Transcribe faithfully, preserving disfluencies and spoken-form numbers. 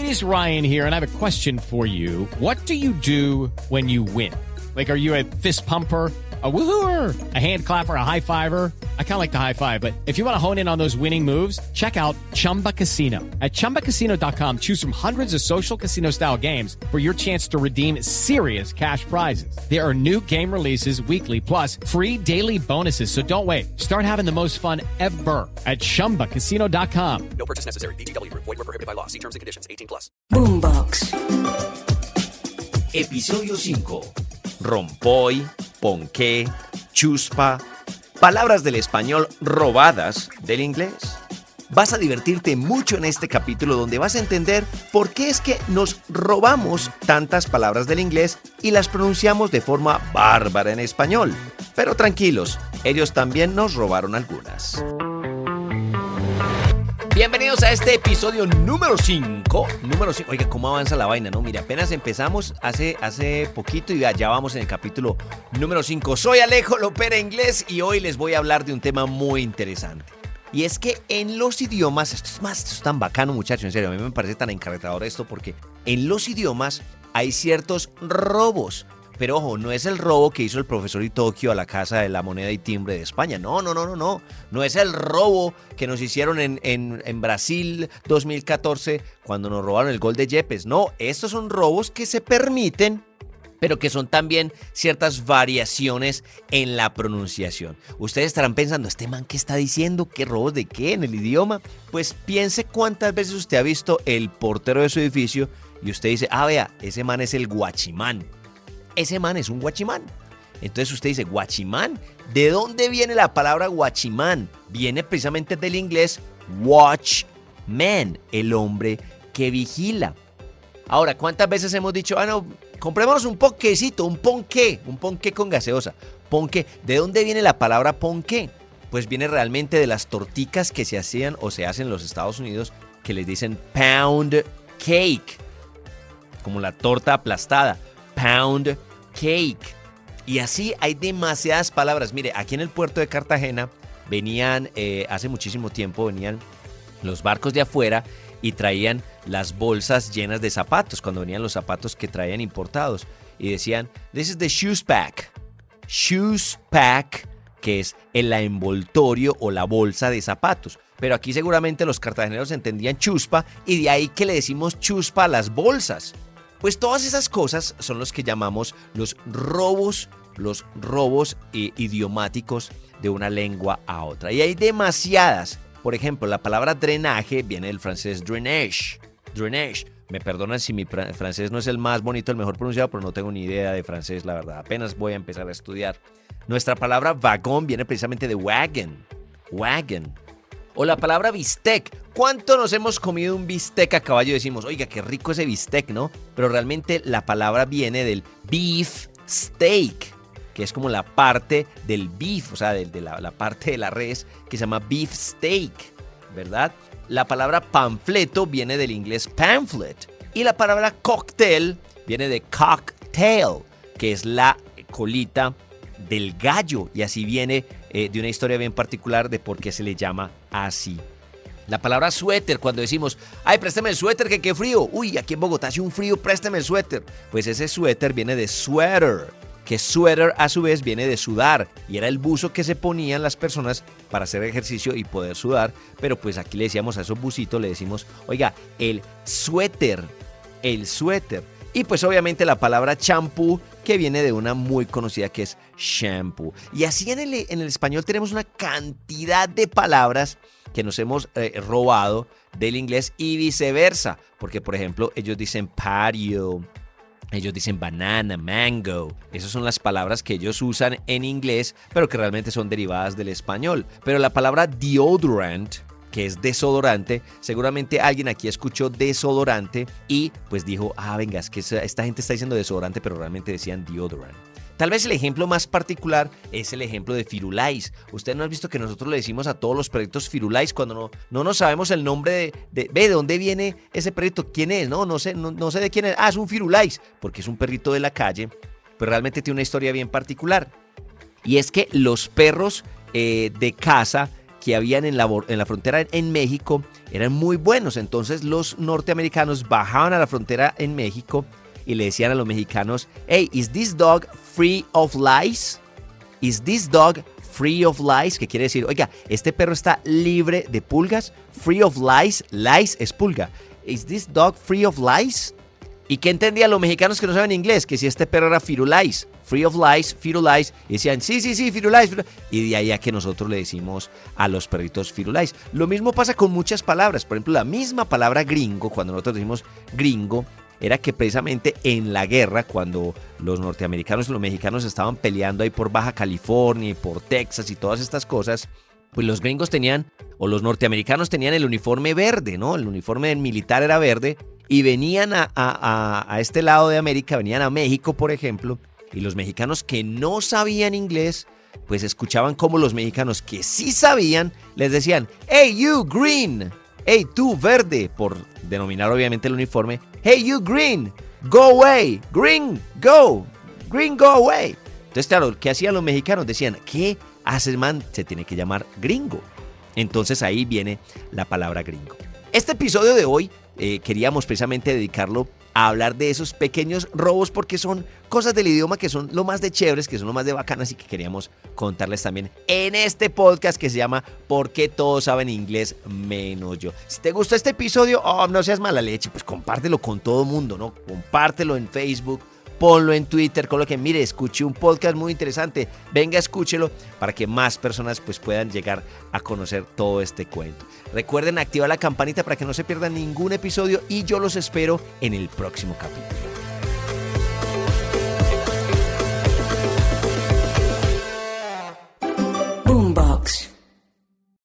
is Ryan here, and I have a question for you. What do you do when you win? Like, are you a fist pumper, a woohooer, a hand clapper, a high fiver? I kind of like the high five, but if you want to hone in on those winning moves, check out Chumba Casino. At chumba casino dot com, choose from hundreds of social casino style games for your chance to redeem serious cash prizes. There are new game releases weekly, plus free daily bonuses. So don't wait. Start having the most fun ever at chumba casino dot com. No purchase necessary. V G W Group. Void where prohibited by law. See terms and conditions. eighteen plus. Boombox. Episodio cinco. Rompoy, ponqué, chuspa. Palabras del español robadas del inglés. Vas a divertirte mucho en este capítulo donde vas a entender por qué es que nos robamos tantas palabras del inglés y las pronunciamos de forma bárbara en español. Pero tranquilos, ellos también nos robaron algunas. Bienvenidos a este episodio número cinco. Número cinco. Oiga, cómo avanza la vaina, ¿no? Mira, apenas empezamos hace, hace poquito y ya, ya vamos en el capítulo número cinco. Soy Alejo Lopera Inglés y hoy les voy a hablar de un tema muy interesante. Y es que en los idiomas, esto es más, esto es tan bacano, muchachos, en serio, a mí me parece tan encarretador esto porque en los idiomas hay ciertos robos. Pero ojo, no es el robo que hizo el profesor Itoquio a la Casa de la Moneda y Timbre de España. No, no, no, no, no. No es el robo que nos hicieron en, en, en Brasil dos mil catorce cuando nos robaron el gol de Yepes. No, estos son robos que se permiten, pero que son también ciertas variaciones en la pronunciación. Ustedes estarán pensando, ¿este man qué está diciendo? ¿Qué robos de qué en el idioma? Pues piense cuántas veces usted ha visto el portero de su edificio y usted dice, ah, vea, ese man es el guachimán. Ese man es un guachimán. Entonces usted dice, ¿guachimán? ¿De dónde viene la palabra guachimán? Viene precisamente del inglés watchman, el hombre que vigila. Ahora, ¿cuántas veces hemos dicho, ah, no, comprémonos un ponquecito, un ponqué, un ponqué con gaseosa? Ponqué. ¿De dónde viene la palabra ponqué? Pues viene realmente de las torticas que se hacían o se hacen en los Estados Unidos, que les dicen pound cake, como la torta aplastada, pound cake. Y así hay demasiadas palabras. Mire, aquí en el puerto de Cartagena venían, eh, hace muchísimo tiempo, venían los barcos de afuera y traían las bolsas llenas de zapatos, cuando venían los zapatos que traían importados. Y decían, this is the shoes pack. Shoes pack, que es el envoltorio o la bolsa de zapatos. Pero aquí seguramente los cartageneros entendían chuspa y de ahí que le decimos chuspa a las bolsas. Pues todas esas cosas son los que llamamos los robos, los robos eh, idiomáticos de una lengua a otra. Y hay demasiadas. Por ejemplo, la palabra drenaje viene del francés drainage. Drainage. Me perdonan si mi francés no es el más bonito, el mejor pronunciado, pero no tengo ni idea de francés, la verdad. Apenas voy a empezar a estudiar. Nuestra palabra vagón viene precisamente de wagon. Wagon. O la palabra bistec. ¿Cuánto nos hemos comido un bistec a caballo? Decimos, oiga, qué rico ese bistec, ¿no? Pero realmente la palabra viene del beef steak, que es como la parte del beef, o sea, de, de la, la parte de la res, que se llama beef steak, ¿verdad? La palabra panfleto viene del inglés pamphlet. Y la palabra cocktail viene de cocktail, que es la colita del gallo. Y así viene eh, de una historia bien particular de por qué se le llama así. La palabra suéter, cuando decimos, ay, préstame el suéter, que qué frío. Uy, aquí en Bogotá hace un frío, préstame el suéter. Pues ese suéter viene de sweater, que sweater a su vez viene de sudar. Y era el buzo que se ponían las personas para hacer ejercicio y poder sudar. Pero pues aquí le decíamos a esos bucitos, le decimos, oiga, el suéter, el suéter. Y pues obviamente la palabra champú, que viene de una muy conocida que es shampoo. Y así en el, en el español tenemos una cantidad de palabras que nos hemos eh, robado del inglés y viceversa. Porque, por ejemplo, ellos dicen patio, ellos dicen banana, mango. Esas son las palabras que ellos usan en inglés, pero que realmente son derivadas del español. Pero la palabra deodorant, que es desodorante, seguramente alguien aquí escuchó desodorante y pues dijo, ah, venga, es que esta gente está diciendo desodorante, pero realmente decían deodorant. Tal vez el ejemplo más particular es el ejemplo de Firulais. Usted no ha visto que nosotros le decimos a todos los perritos Firulais cuando no, no nos sabemos el nombre de, de... Ve, ¿de dónde viene ese perrito? ¿Quién es? No, no sé, no, no sé de quién es. Ah, es un Firulais, porque es un perrito de la calle, pero realmente tiene una historia bien particular. Y es que los perros eh, de casa que habían en la, en la frontera en México eran muy buenos. Entonces los norteamericanos bajaban a la frontera en México y le decían a los mexicanos, hey, is this dog free of lice? Is this dog free of lice? Que quiere decir, oiga, ¿este perro está libre de pulgas? Free of lice, lice es pulga. Is this dog free of lice? ¿Y qué entendían los mexicanos que no saben inglés? Que si este perro era firulais, free of lice, firulais, y decían, sí, sí, sí, firulais, firulais. Y de ahí a que nosotros le decimos a los perritos firulais. Lo mismo pasa con muchas palabras. Por ejemplo, la misma palabra gringo, cuando nosotros decimos gringo, era que precisamente en la guerra, cuando los norteamericanos y los mexicanos estaban peleando ahí por Baja California y por Texas y todas estas cosas, pues los gringos tenían, o los norteamericanos tenían el uniforme verde, ¿no? El uniforme del militar era verde, y venían a, a, a este lado de América, venían a México, por ejemplo, y los mexicanos que no sabían inglés, pues escuchaban como los mexicanos que sí sabían, les decían, hey you green, hey tú verde, por denominar obviamente el uniforme, hey you green, go away, green, go, green, go away. Entonces, claro, ¿qué hacían los mexicanos? Decían, ¿qué hace man? Se tiene que llamar gringo. Entonces ahí viene la palabra gringo. Este episodio de hoy eh, queríamos precisamente dedicarlo a hablar de esos pequeños robos porque son cosas del idioma que son lo más de chéveres, que son lo más de bacanas y que queríamos contarles también en este podcast que se llama ¿Por qué todos saben inglés menos yo? Si te gustó este episodio, oh, no seas mala leche, pues compártelo con todo el mundo, ¿no? Compártelo en Facebook, ponlo en Twitter, con lo que mire, escuché un podcast muy interesante, venga, escúchelo para que más personas pues puedan llegar a conocer todo este cuento. Recuerden activar la campanita para que no se pierdan ningún episodio y yo los espero en el próximo capítulo.